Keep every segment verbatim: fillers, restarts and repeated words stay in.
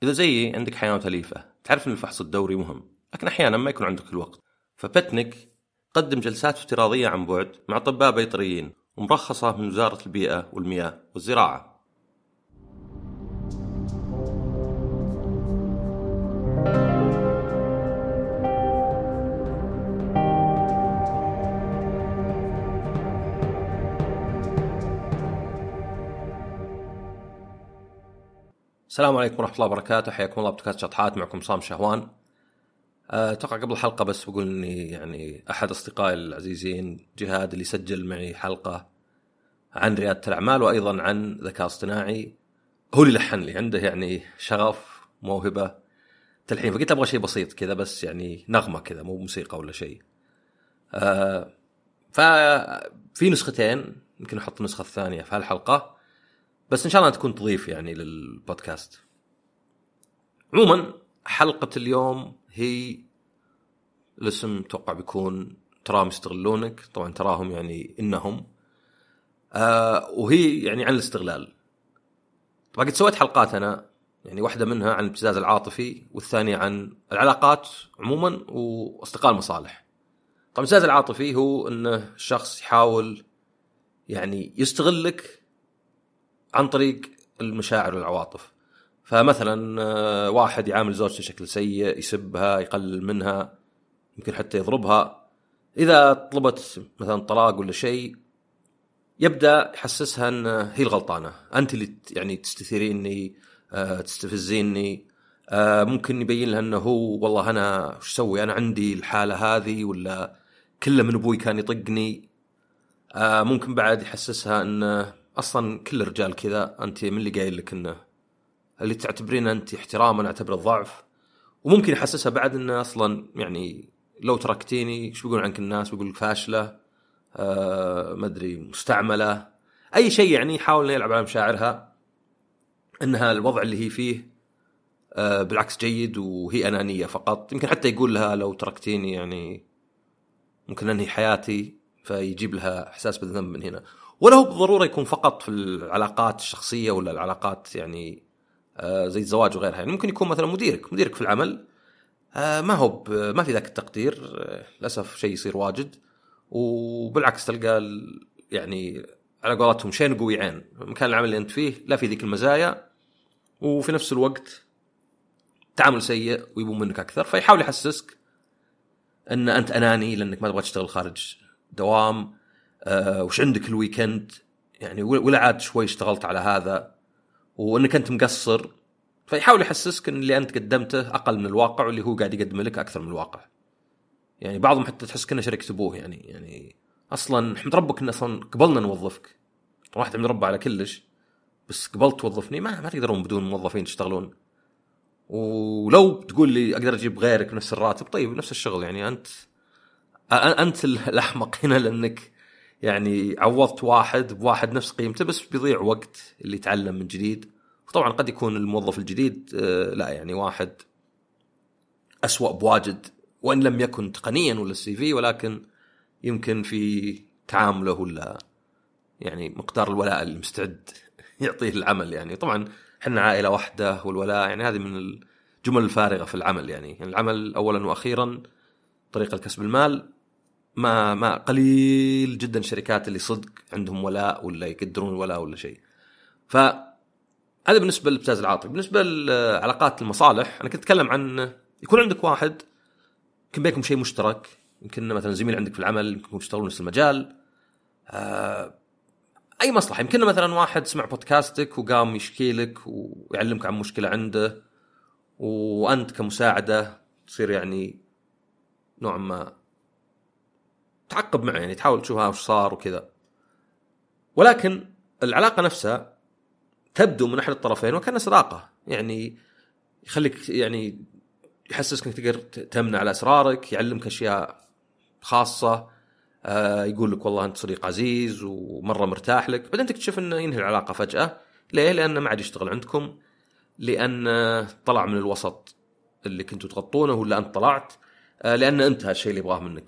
إذا زيي عندك حيوانات أليفة، تعرف أن الفحص الدوري مهم، لكن أحيانا ما يكون عندك الوقت. فبتنك قدم جلسات افتراضية عن بعد مع أطباء بيطريين ومرخصة من وزارة البيئة والمياه والزراعة. السلام عليكم ورحمة الله وبركاته، حياكم الله بودكاست شطحات، معكم صام شهوان. أتوقع قبل الحلقة بس بقول إني يعني أحد أصدقائي العزيزين جهاد اللي سجل معي حلقة عن ريادة الأعمال وأيضا عن ذكاء اصطناعي هو اللي لحن لي، عنده يعني شغف موهبة تلحين، فقلت أبغى شيء بسيط كذا بس يعني نغمة كذا مو موسيقى ولا شيء. أه ففي نسختين، يمكن أحط النسخة الثانية في هالحلقة بس إن شاء الله تكون تضيف يعني للبودكاست. عموما حلقة اليوم هي الاسم توقع بيكون تراهم يستغلونك، طبعا تراهم يعني إنهم آه وهي يعني عن الاستغلال. طبعا قد سويت حلقات أنا، يعني واحدة منها عن الابتزاز العاطفي والثانية عن العلاقات عموما واصدقاء المصالح. طبعا الابتزاز العاطفي هو إنه الشخص يحاول يعني يستغلك عن طريق المشاعر والعواطف. فمثلا واحد يعامل زوجته بشكل سيء، يسبها، يقلل منها، يمكن حتى يضربها. إذا طلبت مثلا طلاق ولا شيء يبدأ يحسسها أن هي الغلطانة، أنت اللي يعني تستثيريني، تستفزيني. ممكن يبين لها أنه هو والله أنا وش سوي، أنا عندي الحالة هذه، ولا كله من أبوي كان يطقني. ممكن بعد يحسسها أن أصلا كل الرجال كذا، أنت من اللي قايل لك أنه اللي تعتبرين أنت احتراما أعتبره ضعف. وممكن يحسسها بعد أنه أصلا يعني لو تركتيني إيش بيقولون عنك الناس، بيقولك فاشلة، آه ما أدري، مستعملة، أي شيء. يعني يحاول يلعب على مشاعرها أنها الوضع اللي هي فيه آه بالعكس جيد وهي أنانية فقط. يمكن حتى يقول لها لو تركتيني يعني ممكن أنهي حياتي، فيجيب لها إحساس بالذنب من هنا. ولا هو بالضرورة يكون فقط في العلاقات الشخصية ولا العلاقات يعني آه زي الزواج وغيرها. يعني ممكن يكون مثلا مديرك مديرك في العمل آه ما هو ما في ذاك التقدير، آه للأسف شيء يصير واجد. وبالعكس تلقى يعني على قولتهم شين قوي عين، مكان العمل اللي أنت فيه لا في ذيك المزايا، وفي نفس الوقت تعامل سيء ويبون منك أكثر. فيحاول يحسسك أن أنت أناني لأنك ما تبغى تشتغل خارج دوام، آه وش عندك الويكند يعني، ولا عاد شوي اشتغلت على هذا، وأنك أنت مقصر. فيحاول يحسسك أن اللي أنت قدمته أقل من الواقع، واللي هو قاعد يقدم لك أكثر من الواقع. يعني بعضهم حتى تحس كأنه شركة أبوه، يعني يعني أصلا حمد ربك إن أصلا قبلنا نوظفك، واحد من ربع على كلش، بس قبلت توظفني، ما ما تقدرون بدون موظفين تشتغلون. ولو تقول لي أقدر أجيب غيرك بنفس الراتب، طيب نفس الشغل، يعني أنت أنت الأحمق هنا، لأنك يعني عوضت واحد بواحد نفس قيمته بس بيضيع وقت اللي يتعلم من جديد. وطبعا قد يكون الموظف الجديد لا يعني واحد أسوأ بواجد، وإن لم يكن تقنيا ولا السي في، ولكن يمكن في تعامله ولا يعني مقدار الولاء اللي مستعد يعطيه العمل. يعني طبعا حنا عائلة واحدة، والولاء يعني هذه من الجمل الفارغة في العمل. يعني, يعني العمل أولا وأخيرا طريقة كسب المال. ما ما قليل جدا الشركات اللي صدق عندهم ولاء ولا يقدرون الولاء ولا شيء. فهذا بالنسبة للابتزاز العاطفي. بالنسبة لعلاقات المصالح، أنا كنت أتكلم عن يكون عندك واحد يمكن بينكم شيء مشترك، يمكن مثلا زميل عندك في العمل، يمكن تشتغلون نفس المجال، آه أي مصلحة. يمكن مثلا واحد سمع بودكاستك وقام يشكي لك ويعلمك عن مشكلة عنده، وأنت كمساعدة تصير يعني نوع ما تعقب معه، يعني تحاول تشوفها وش صار وكذا. ولكن العلاقة نفسها تبدو من أحد الطرفين وكأنها صداقة، يعني يخليك يعني يحسسك انك تقدر تمنع على اسرارك، يعلمك اشياء خاصه، آه يقول لك والله انت صديق عزيز ومره مرتاح لك. بعدين تكتشف انه ينهي العلاقه فجاه. ليه؟ لانه ما عاد يشتغل عندكم، لان طلع من الوسط اللي كنتوا تغطونه ولا انت طلعت، آه لان انت هالشيء اللي يبغاه منك.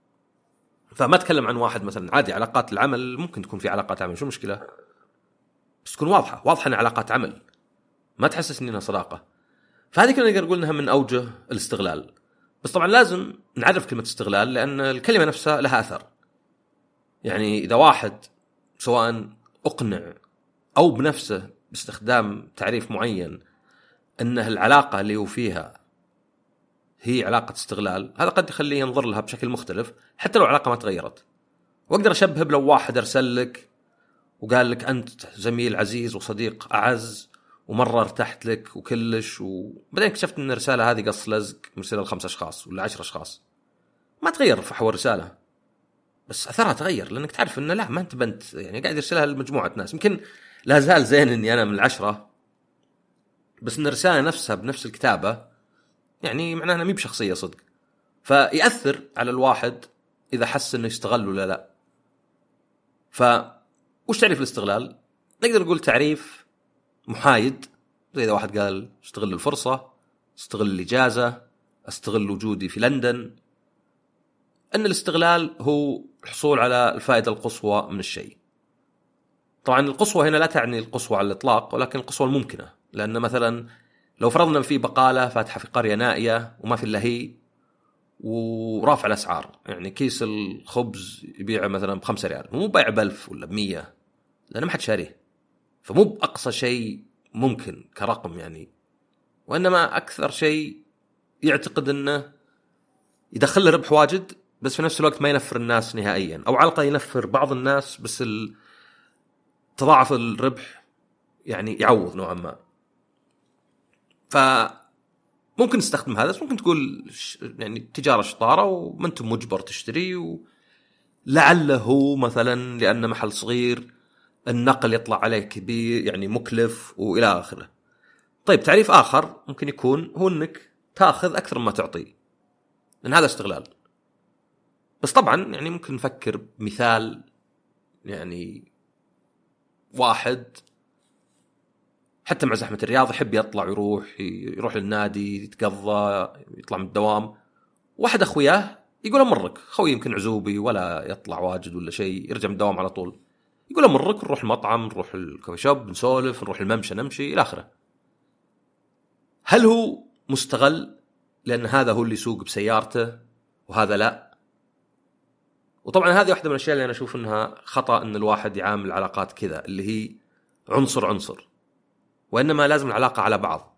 فما اتكلم عن واحد مثلا عادي، علاقات العمل ممكن تكون في علاقات عمل، شو مشكله؟ بس تكون واضحه واضحه ان علاقات عمل، ما تحسسني انها صداقه. فهذه كنا نقدر نقول انها من اوجه الاستغلال. بس طبعا لازم نعرف كلمه استغلال، لان الكلمه نفسها لها اثر. يعني اذا واحد سواء اقنع او بنفسه باستخدام تعريف معين انه العلاقه اللي هو فيها هي علاقه استغلال، هذا قد يخليه ينظر لها بشكل مختلف حتى لو العلاقه ما تغيرت. واقدر اشبه لو واحد ارسل لك وقال لك انت زميل عزيز وصديق اعز ومره ارتحت لك وكلش، وبعدين اكتشفت ان الرساله هذه قص لزق مرسله لخمس اشخاص ولا عشر اشخاص، ما تغير فحوى الرساله بس اثرها تغير، لانك تعرف انه لا ما انت بنت يعني قاعد يرسلها لمجموعه ناس. يمكن لا زال زين اني انا من العشره، بس ان الرساله نفسها بنفس الكتابه يعني معناها انها مي بشخصيه صدق، فيأثر على الواحد اذا حس انه يستغل ولا لا. ف وش تعريف الاستغلال؟ نقدر نقول تعريف محايد، زي اذا واحد قال استغل الفرصه، استغل الاجازه، استغل وجودي في لندن. ان الاستغلال هو الحصول على الفائده القصوى من الشيء. طبعا القصوى هنا لا تعني القصوى على الاطلاق، ولكن القصوى الممكنه، لان مثلا لو فرضنا في بقاله فاتحه في قريه نائيه وما في الا هي ورافع الاسعار، يعني كيس الخبز يبيعه مثلا بخمسة ريال مو بايع بألف ولا بمية، لأنه ما حد شاريه، فمو بأقصى شيء ممكن كرقم يعني، وإنما أكثر شيء يعتقد أنه يدخل له ربح واجد بس في نفس الوقت ما ينفر الناس نهائيا، أو على الأقل ينفر بعض الناس بس تضاعف الربح يعني يعوض نوعا ما. فممكن نستخدم هذا، بس ممكن تقول يعني تجارة شطارة وما أنت مجبر تشتري، ولعله مثلا لأن محل صغير النقل يطلع عليه كبير يعني مكلف وإلى آخره. طيب تعريف آخر ممكن يكون هو أنك تأخذ أكثر ما تعطي، لأن هذا استغلال. بس طبعا يعني ممكن نفكر بمثال، يعني واحد حتى مع زحمة الرياض يحب يطلع يروح يروح للنادي يتقضى يطلع من الدوام، واحد أخوياه يقول أمرك خوي يمكن عزوبي ولا يطلع واجد ولا شيء، يرجع من الدوام على طول، يقول أمرك نروح المطعم نروح الكوفي شوب نسولف نروح الممشى نمشي إلى آخره. هل هو مستغل لأن هذا هو اللي يسوق بسيارته وهذا لا؟ وطبعا هذه واحدة من الأشياء اللي أنا أشوف أنها خطأ، أن الواحد يعامل العلاقات كذا اللي هي عنصر عنصر، وإنما لازم العلاقة على بعض.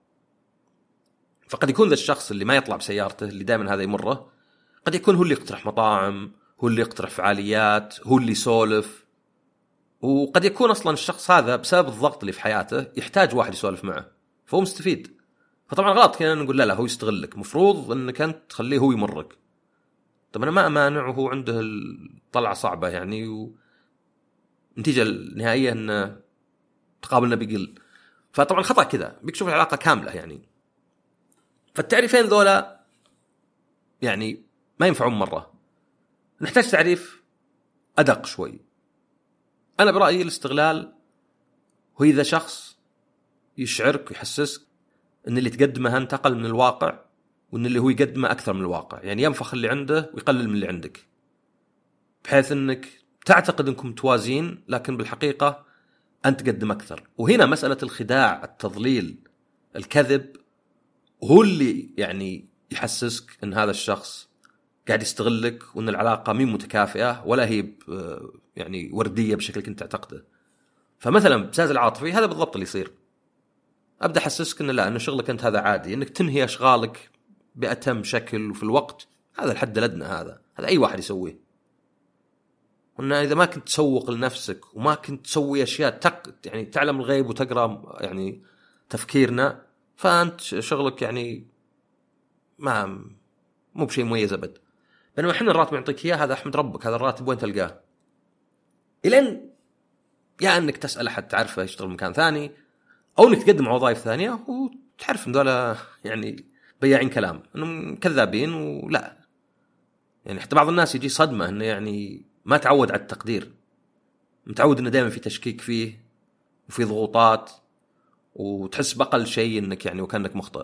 فقد يكون ذا الشخص اللي ما يطلع بسيارته اللي دائما هذا يمره، قد يكون هو اللي يقترح مطاعم، هو اللي يقترح فعاليات، هو اللي يسولف، وقد يكون أصلا الشخص هذا بسبب الضغط اللي في حياته يحتاج واحد يسولف معه، فهو مستفيد. فطبعا غلط كنا نقول لا لا هو يستغلك، مفروض أنك أنت تخليه هو يمرك. طب أنا ما أمانع وهو عنده الطلعة صعبة يعني، ونتيجة النهائية أن تقابلنا بيقل. فطبعا خطأ كذا بيكشف العلاقة كاملة يعني. فالتعريفين ذولا يعني ما ينفعون مرة، نحتاج تعريف أدق شوي. أنا برأيي الاستغلال هو إذا شخص يشعرك ويحسسك أن اللي تقدمه أنت أقل من الواقع، وأن اللي هو يقدمه أكثر من الواقع، يعني ينفخ اللي عنده ويقلل من اللي عندك، بحيث أنك تعتقد أنكم توازين لكن بالحقيقة أنت تقدم أكثر. وهنا مسألة الخداع، التضليل، الكذب هو اللي يعني يحسسك أن هذا الشخص قاعد يستغلك، وأن العلاقة مين متكافئة ولا هي يعني وردية بشكل كنت تعتقده. فمثلا بساز العاطفي هذا بالضبط اللي يصير، أبدأ أحسسك أن لا، أن شغلك أنت هذا عادي، أنك تنهي أشغالك بأتم شكل وفي الوقت، هذا الحد الأدنى، هذا هذا أي واحد يسويه. وأن إذا ما كنت تسوق لنفسك وما كنت تسوي أشياء تق... يعني تعلم الغيب وتقرأ يعني تفكيرنا، فأنت شغلك يعني ما مو بشيء مميز أبد. بينما إحنا الراتب يعطيك إياه هذا أحمد ربك، هذا الراتب وين تلقاه؟ إلين يا أنك تسأل أحد تعرفه يشتغل مكان ثاني، أو أنك تقدم وظائف ثانية وتعرف إن دولة يعني بياعين كلام، إنهم كذابين. ولا يعني حتى بعض الناس يجي صدمة إنه يعني ما تعود على التقدير، متعود إنه دائما في تشكيك فيه وفي ضغوطات، وتحس بأقل شيء إنك يعني وكأنك مخطئ.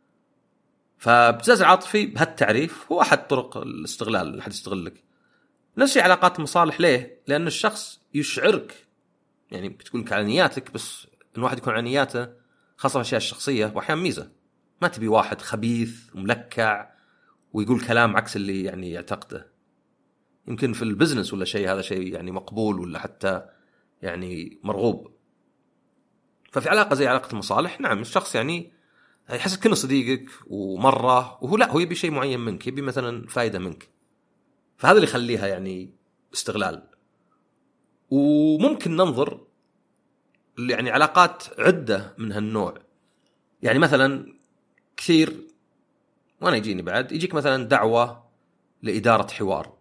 فابتزاز العاطفي بهالتعريف هو أحد طرق الاستغلال اللي حد يستغلك. نفس علاقات المصالح، ليه؟ لأن الشخص يشعرك يعني بتقولك على نياتك، بس إن واحد يكون على نياته خاصة الأشياء الشخصية وأحيانا ميزة، ما تبي واحد خبيث ملكع ويقول كلام عكس اللي يعني يعتقده. يمكن في البزنس ولا شيء هذا شيء يعني مقبول ولا حتى يعني مرغوب. ففي علاقة زي علاقة المصالح نعم الشخص يعني يحس كأنه صديقك ومرة وهو لا هو يبي شيء معين منك، يبي مثلا فايدة منك، فهذا اللي يخليها يعني استغلال. وممكن ننظر يعني علاقات عدة من هالنوع. يعني مثلا كثير وانا يجيني بعد يجيك مثلا دعوة لإدارة حوار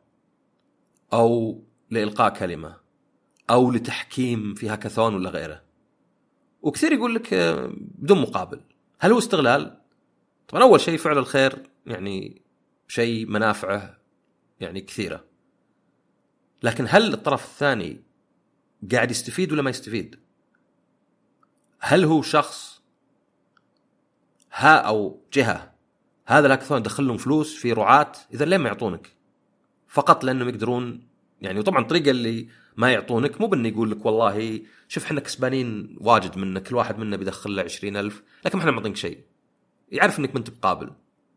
أو لإلقاء كلمة أو لتحكيم في هاكاثون ولا غيره، وكثير يقول لك بدون مقابل. هل هو استغلال؟ طبعا أول شيء فعل الخير يعني شيء منافعه يعني كثيرة، لكن هل الطرف الثاني قاعد يستفيد ولا ما يستفيد؟ هل هو شخص ها أو جهة هذا الهاكاثون يدخل لهم فلوس في رعاة؟ إذا ليه ما يعطونك؟ فقط لأنهم يقدرون يعني. وطبعا الطريقة اللي ما يعطونك مو بأنه يقول لك والله شوف احنا كسبانين واجد منك، كل واحد منا بيدخل له عشرين ألف لكن ما احنا معطينك شيء. يعرف انك منت بقابل،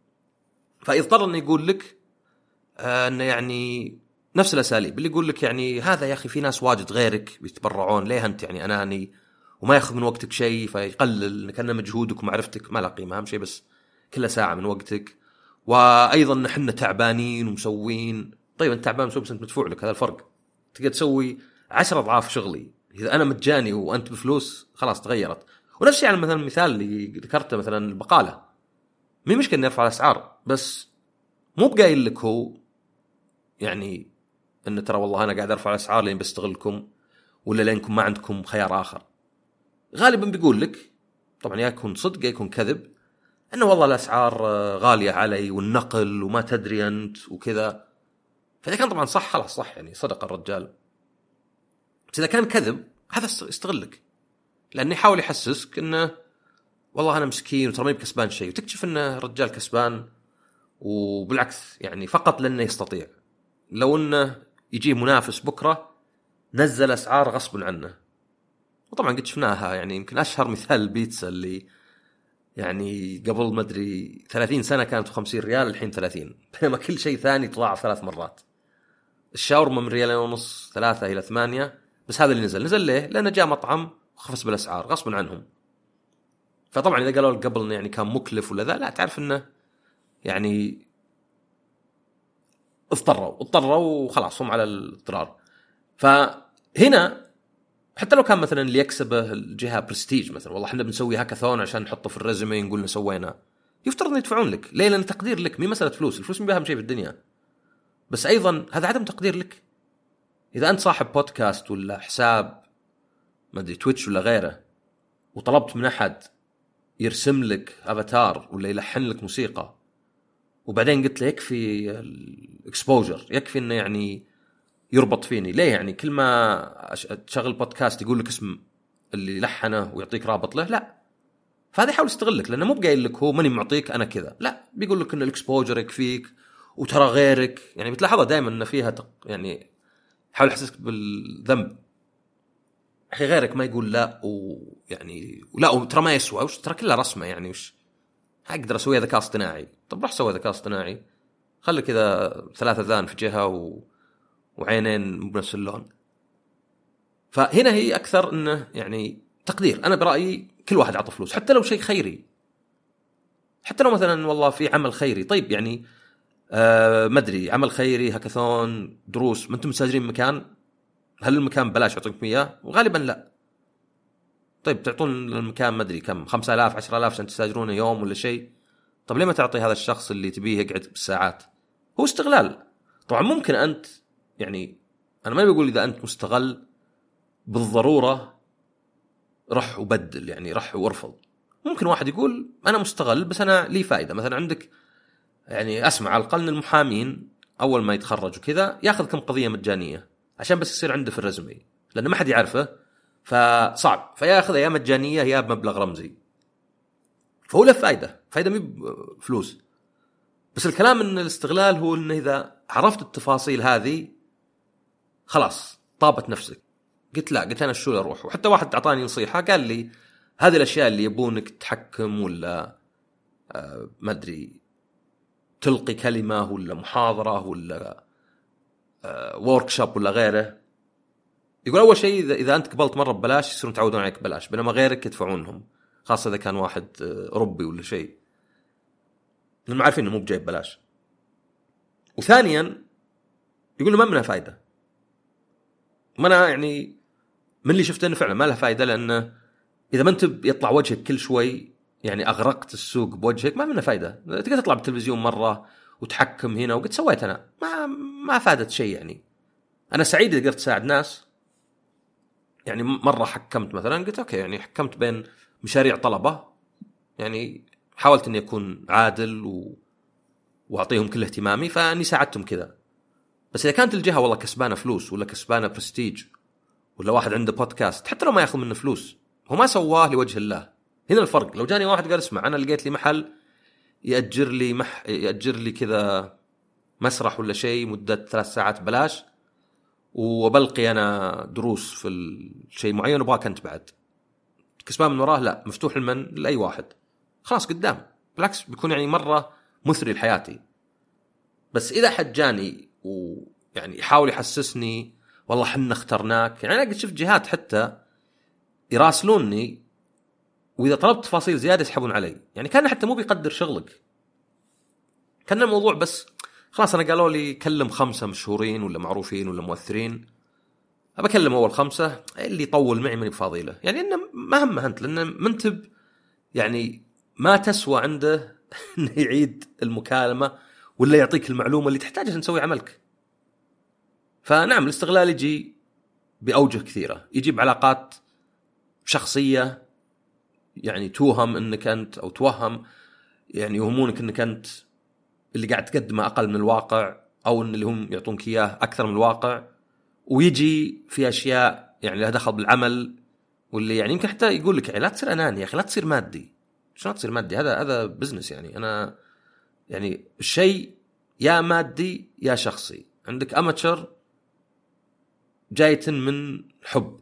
فيضطر انه يقول لك آه انه يعني نفس الاساليب اللي يقول لك يعني هذا يا اخي في ناس واجد غيرك بيتبرعون، ليه انت يعني اناني وما ياخذ من وقتك شيء، فيقلل كأن مجهودك ومعرفتك ما له قيمه، اهم شيء بس كل ساعه من وقتك. وايضا نحن تعبانين ومسوين. طيب انت تعبان مسوي بس انت مدفوع لك، هذا الفرق. تقدر تسوي عشرة اضعاف شغلي اذا انا مجاني وانت بفلوس، خلاص تغيرت. ونفس الشيء يعني مثلا المثال اللي ذكرته مثلا البقاله، مي مشكله نرفع الاسعار، بس مو بقايل لك هو يعني ان ترى والله انا قاعد ارفع الاسعار لين بستغلكم ولا لانكم ما عندكم خيار اخر. غالبا بيقول لك طبعا يا يكون صدق يا يكون كذب انه والله الاسعار غاليه علي والنقل وما تدري انت وكذا. فاذا كان طبعا صح خلاص صح يعني صدق الرجال، بس اذا كان كذب هذا يستغلك لانه يحاول يحسسك انه والله انا مسكين وترى ماني بكسبان شيء، وتكتشف انه رجال كسبان وبالعكس يعني فقط لانه يستطيع. لو انه يجي منافس بكره نزل اسعار غصب عنه. وطبعا قد شفناها يعني يمكن اشهر مثال البيتزا اللي يعني قبل ما ادري ثلاثين سنه كانت خمسين ريال الحين ثلاثين، بينما كل شيء ثاني تضاعف ثلاث مرات. الشاورما من ريالين ونص ثلاثة إلى ثمانية، بس هذا اللي نزل نزل ليه؟ لأنه جاء مطعم وخفص بالأسعار غصبا عنهم. فطبعا إذا قالوا لك قبل إنه يعني كان مكلف ولا ذا، لا تعرف إنه يعني اضطروا اضطروا وخلاص هم على الاضطرار. فهنا حتى لو كان مثلا اللي يكسبه الجهة برستيج مثلا، والله احنا بنسوي هاكاثون عشان نحطه في الريزومي نقول سوينا، يفترض ان يدفعون لك ليه؟ لأن تقدير لك، مي مسألة فلوس، الفلوس مو أهم شيء في الدنيا، بس أيضا هذا عدم تقدير لك. إذا أنت صاحب بودكاست ولا حساب ما أدري تويتش ولا غيره وطلبت من أحد يرسم لك أفاتار ولا يلحن لك موسيقى وبعدين قلت له يكفي الإكسبوجر، يكفي إنه يعني يربط فيني، ليه يعني كل ما تشغل بودكاست يقول لك اسم اللي لحنه ويعطيك رابط له؟ لا. فهذا يحاول يستغلك لأنه مو بقايل لك هو ماني معطيك أنا كذا، لا بيقول لك إن الإكسبوجر يكفيك وترى غيرك. يعني بتلاحظها دائما إن فيها تق... يعني حاول يحسسك بالذنب. أخي غيرك ما يقول لا ويعني ولا وترى ما يسوى، وش ترى كلها رسمة يعني، وش أقدر أسوي ذكاء اصطناعي؟ طب روح سوي ذكاء اصطناعي، خلي كذا ثلاثة ذان في جهة و... وعينين بنفس اللون. فهنا هي أكثر إنه يعني تقدير. أنا برأيي كل واحد عطى فلوس حتى لو شيء خيري، حتى لو مثلا والله في عمل خيري. طيب يعني آه ما أدري عمل خيري هاكاثون دروس، ما أنتم مساجرين مكان، هل المكان بلاش يعطونكم إياه؟ وغالبا لا. طيب تعطون المكان ما أدري كم، خمسة آلاف عشرة آلاف عشان تستاجرونه يوم ولا شيء. طب ليه ما تعطي هذا الشخص اللي تبيه يقعد بالساعات؟ هو استغلال. طبعا ممكن أنت يعني أنا ما بقول إذا أنت مستغل بالضرورة رح وبدل يعني رح وارفض. ممكن واحد يقول أنا مستغل بس أنا لي فائدة. مثلا عندك يعني أسمع على الأقل المحامين أول ما يتخرج وكذا يأخذ كم قضية مجانية عشان بس يصير عنده في الرزمي، لأنه ما حد يعرفه فصعب، فيأخذ يا مجانية يا بمبلغ رمزي، فهو له فائدة فائدة مي فلوس. بس الكلام إن الاستغلال هو إنه إذا عرفت التفاصيل هذه خلاص طابت نفسك. قلت لا، قلت أنا شو أروح. وحتى واحد أعطاني نصيحة قال لي هذه الأشياء اللي يبونك تحكم ولا ما ادري تلقي كلمه ولا محاضره ولا وركشوب ولا غيره، يقول اول شيء اذا اذا انت قبلت مره ببلاش يصيرون يتعودون عليك ببلاش، بينما غيرك يدفعونهم، خاصه اذا كان واحد اوروبي ولا شيء، لانهم عارفين انه مو بجايب ببلاش. وثانيا يقول له ما منها فايده. ما انا يعني من اللي شفته انه فعلا ما له فايده، لانه اذا ما انت يطلع وجهك كل شوي يعني اغرقت السوق بوجهك ما منها فايده. تقدر تطلع بالتلفزيون مره وتحكم هنا وقد سويت انا ما ما فادت شيء. يعني انا سعيد اذا قدرت اساعد ناس. يعني مره حكمت مثلا قلت اوكي يعني حكمت بين مشاريع طلبه، يعني حاولت اني اكون عادل و... واعطيهم كل اهتمامي، فاني ساعدتهم كذا. بس اذا كانت الجهه والله كسبانه فلوس ولا كسبانه برستيج ولا واحد عنده بودكاست، حتى لو ما ياخذ منه فلوس هو ما سواه لوجه الله. هنا الفرق. لو جاني واحد قال اسمع انا لقيت لي محل يأجر لي مح يأجر لي كذا مسرح ولا شيء مدة ثلاث ساعات بلاش، وبلقي أنا دروس في الشيء معين وبغاك أنت بعد كسبان من وراه، لا مفتوح المن لأي واحد، خلاص قدام. بالعكس بيكون يعني مرة مثري لحياتي. بس إذا حد جاني ويعني يحاول يحسسني والله حنا اخترناك، يعني أنا قد شفت جهات حتى يراسلوني وإذا طلبت تفاصيل زيادة يسحبون علي، يعني كان حتى مو بيقدر شغلك، كان الموضوع بس خلاص. أنا قالوا لي كلم خمسة مشهورين ولا معروفين ولا مؤثرين، أبى أكلم أول خمسة، اللي يطول معي من بفاضيله. يعني إنه ما همه أنت، لأنه منتب يعني ما تسوى عنده إنه يعيد المكالمة ولا يعطيك المعلومة اللي تحتاج عشان تسوي عملك. فنعم الاستغلال يجي بأوجه كثيرة، يجي بعلاقات شخصية، يعني توهم انك انت او توهم يعني يهمونك انك انت اللي قاعد تقدمه اقل من الواقع، او ان اللي هم يعطونك اياه اكثر من الواقع. ويجي في اشياء يعني لها دخل بالعمل، واللي يعني يمكن حتى يقول لك يعني لا تصير اناني يا اخي، لا تصير مادي. شلون تصير مادي؟ هذا هذا بزنس. يعني انا يعني الشيء يا مادي يا شخصي. عندك اماتشر جاية من حب،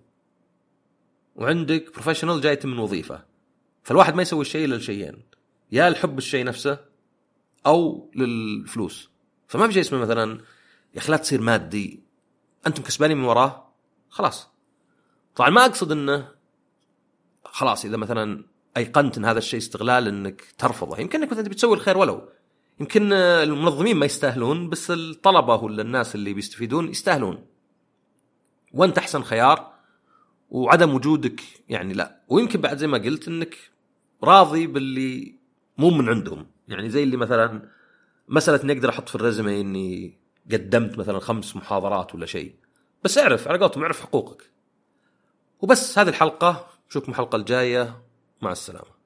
وعندك بروفيشنال جاية من وظيفة. فالواحد ما يسوي الشيء إلا لشيئين، يا الحب الشيء نفسه أو للفلوس. فما في شيء اسمه مثلا يا أخي لا تصير مادي، أنتم كسبانين من وراه خلاص. طبعا ما أقصد أنه خلاص إذا مثلا أيقنت أن هذا الشيء استغلال أنك ترفضه. يمكن أنك مثلا بتسوي الخير، ولو يمكن المنظمين ما يستاهلون، بس الطلبة ولا الناس اللي بيستفيدون يستاهلون، وأنت أحسن خيار. وعدم وجودك يعني لا. ويمكن بعد زي ما قلت أنك راضي باللي مو من عندهم. يعني زي اللي مثلا مسألة إني أقدر أحط في الرزمة إني قدمت مثلا خمس محاضرات ولا شيء، بس اعرف على قولتهم اعرف حقوقك. وبس. هذه الحلقة، نشوفكم الحلقة الجاية، مع السلامة.